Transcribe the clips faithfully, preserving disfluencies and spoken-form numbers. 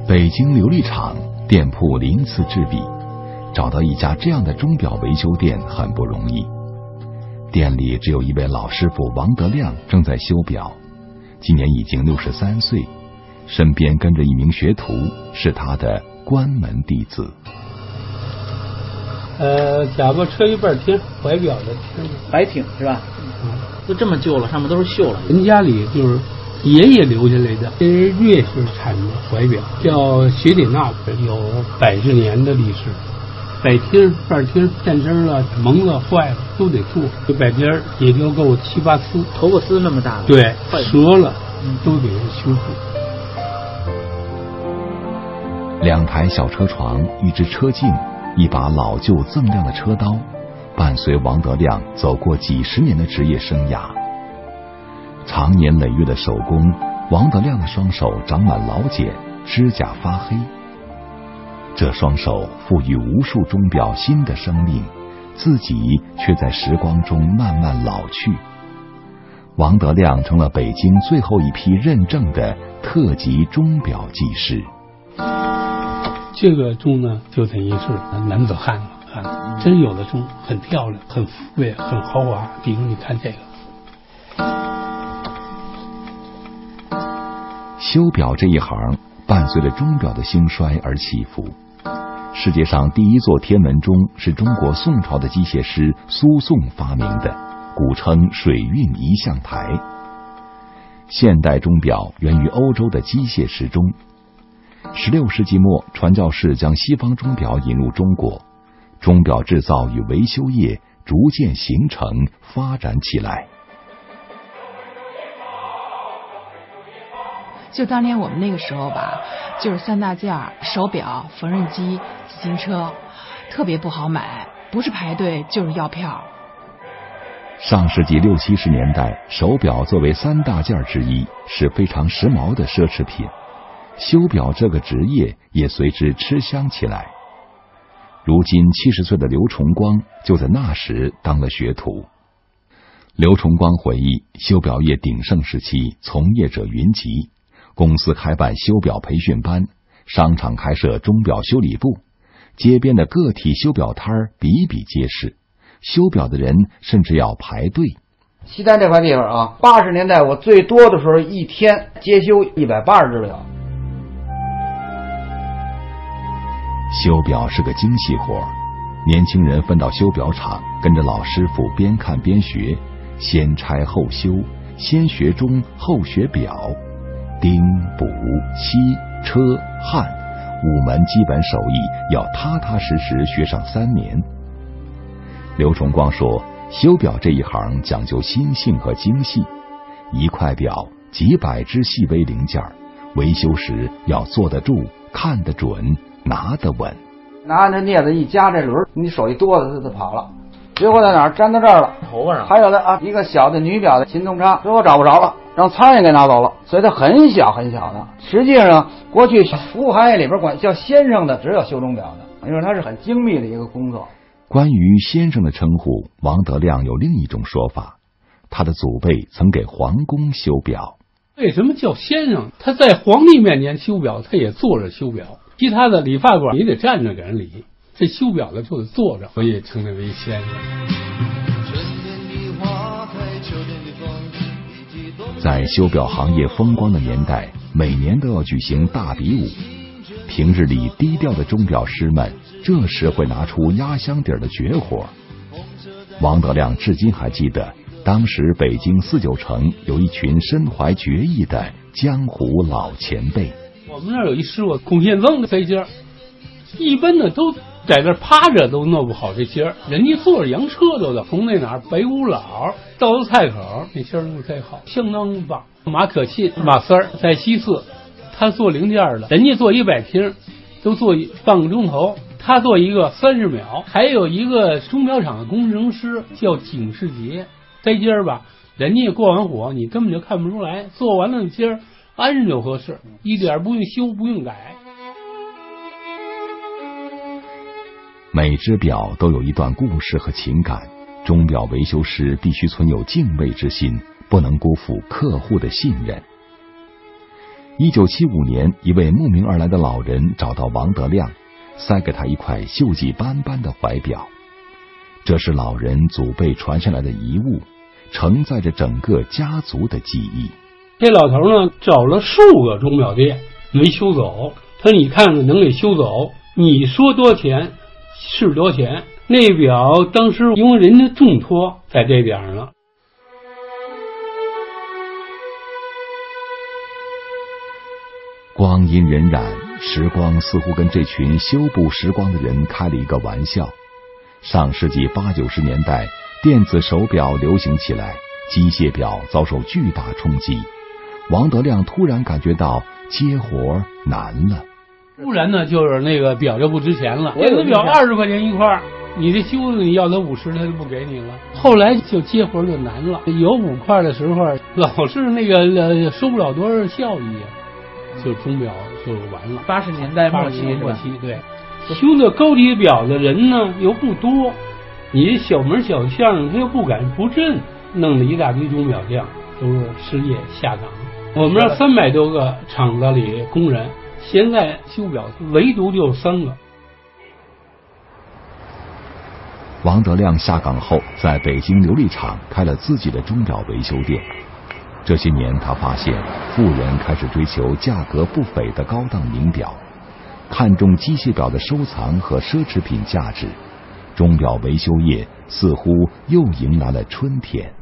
北京琉璃厂店铺鳞次栉比，找到一家这样的钟表维修店很不容易。店里只有一位老师傅王德亮正在修表，今年已经六十三岁，身边跟着一名学徒，是他的关门弟子。 呃，甲巴车一半厅，怀表的厅， 白厅是吧？嗯，都这么旧了，上面都是锈了。 人家里就是爷爷留下来的，这是粤式产的怀表，叫雪里纳，有百十年的历史。摆厅、半厅变身了、蒙了、坏了都得做，这摆件也就够七八丝， 头发丝那么大了， 对，折了都得修复。 两台小车床，一只车镜，一把老旧锃亮的车刀，伴随王德亮走过几十年的职业生涯。长年累月的手工，王德亮的双手长满老茧，指甲发黑。这双手赋予无数钟表新的生命，自己却在时光中慢慢老去。王德亮成了北京最后一批认证的特级钟表技师。 这个钟呢，就等于是男子汉了啊！真有的钟很漂亮、很富贵、很豪华。比如你看这个， 修表这一行伴随着钟表的兴衰而起伏。世界上第一座天文钟是中国宋朝的机械师苏颂发明的，古称水运仪象台。现代钟表源于欧洲的机械时钟。十六世纪末，传教士将西方钟表引入中国，钟表制造与维修业逐渐形成发展起来。 就当年我们那个时候吧，就是三大件：手表、缝纫机、自行车，特别不好买，不是排队就是要票。 上世纪六七十年代，手表作为三大件之一，是非常时髦的奢侈品。修表这个职业也随之吃香起来。如今七十岁的刘崇光就在那时当了学徒。刘崇光回忆，修表业鼎盛时期，从业者云集，公司开办修表培训班，商场开设钟表修理部，街边的个体修表摊比比皆是，修表的人甚至要排队。 西单这块地方啊，八十年代我最多的时候，一天接修一百八十只表。 修表是个精细活，年轻人分到修表厂，跟着老师傅边看边学，先拆后修，先学钟后学表，钉补漆车焊五门基本手艺要踏踏实实学上三年。刘崇光说，修表这一行讲究心性和精细，一块表几百只细微零件，维修时要坐得住，看得准，拿得稳。 拿着镊子一夹这轮，你手一哆嗦，它就跑了。最后在哪儿粘到这儿了？ 头发上。 还有的啊，一个小的女表的秦铜叉，最后找不着了，让苍蝇给拿走了。所以它很小很小的。实际上，过去服务行业里边管叫先生的只有修钟表的，因为它是很精密的一个工作。 关于先生的称呼，王德亮有另一种说法，他的祖辈曾给皇宫修表。 为什么叫先生？他在皇帝面前修表，他也坐着修表。其他的理发馆也得站着给人理，这修表的就得坐着，所以称之为先生。 在修表行业风光的年代，每年都要举行大比武。平日里低调的钟表师们，这时会拿出压箱底的绝活。王德亮至今还记得，当时北京四九城有一群身怀绝艺的江湖老前辈。 我们那儿有一师傅孔宪增的飞机，一般的都在这趴着都弄不好这节儿，人家坐着洋车都的，从那哪儿北五老到菜口，那节儿弄太好，相当棒。马可沁、马三儿在西四，他做零件的，人家做一百厅都做半个钟头，他做一个三十秒。还有一个钟表厂的工程师叫景世杰，这节儿吧，人家过完火你根本就看不出来，做完了节儿安上就合适，一点不用修不用改。 每只表都有一段故事和情感，钟表维修师必须存有敬畏之心，不能辜负客户的信任。 一九七五年，一位慕名而来的老人找到王德亮，塞给他一块锈迹斑斑的怀表。这是老人祖辈传下来的遗物，承载着整个家族的记忆。 这老头呢，找了数个钟表店没修走，他说你看看能给修走，你说多少钱是多少钱。那表当时因为人家重托在这点上了。 光阴荏苒，时光似乎跟这群修补时光的人开了一个玩笑。上世纪八九十年代，电子手表流行起来，机械表遭受巨大冲击。王德亮突然感觉到接活难了。 不然呢，就是那个表就不值钱了。电子表二十块钱一块，你这修的你要他五十，他就不给你了。后来就接活就难了，有五块的时候，老是那个呃收不了多少效益啊，就钟表就完了。 八十年代末期， 末期对，修的高级表的人呢又不多，你小门小巷他又不敢不认，弄了一大堆钟表匠都是失业下岗。我们这三百多个厂子里工人，现在修表唯独就三个。 王德亮下岗后，在北京琉璃厂开了自己的钟表维修店。这些年，他发现富人开始追求价格不菲的高档名表，看重机械表的收藏和奢侈品价值，钟表维修业似乎又迎来了春天。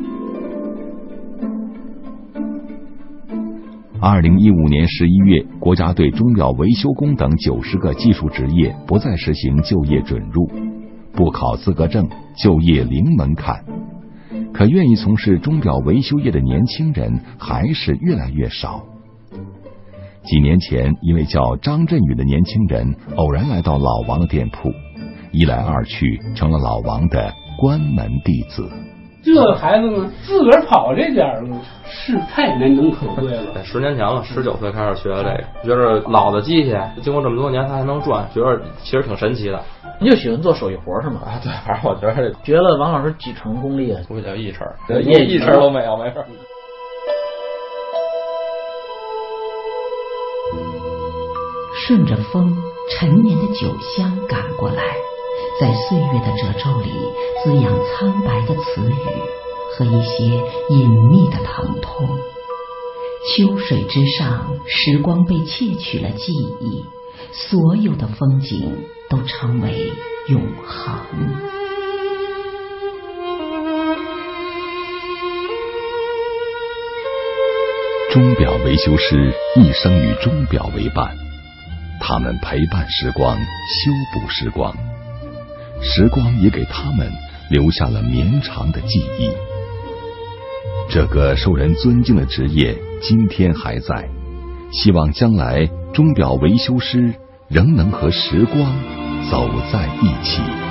二零一五年十一月，国家对钟表维修工等九十个技术职业不再实行就业准入，不考资格证，就业零门槛。可愿意从事钟表维修业的年轻人还是越来越少。几年前，一位叫张振宇的年轻人偶然来到老王的店铺，一来二去成了老王的关门弟子。 这孩子呢，自个儿跑这点儿是太难能可贵了。 十年前了，十九岁开始学的这个，觉得老的机械经过这么多年它还能转，觉得其实挺神奇的。 你就喜欢做手艺活是吗？ 啊，对，反正我觉得觉得王老师几成功力啊？ 估计就一成， 一一成都没有，没事。 顺着风，陈年的酒香赶过来，在岁月的褶皱里滋养苍白的词语和一些隐秘的疼痛。秋水之上，时光被窃取了记忆，所有的风景都成为永恒。 钟表维修师一生与钟表为伴，他们陪伴时光，修补时光，时光也给他们留下了绵长的记忆。这个受人尊敬的职业今天还在，希望将来钟表维修师仍能和时光走在一起。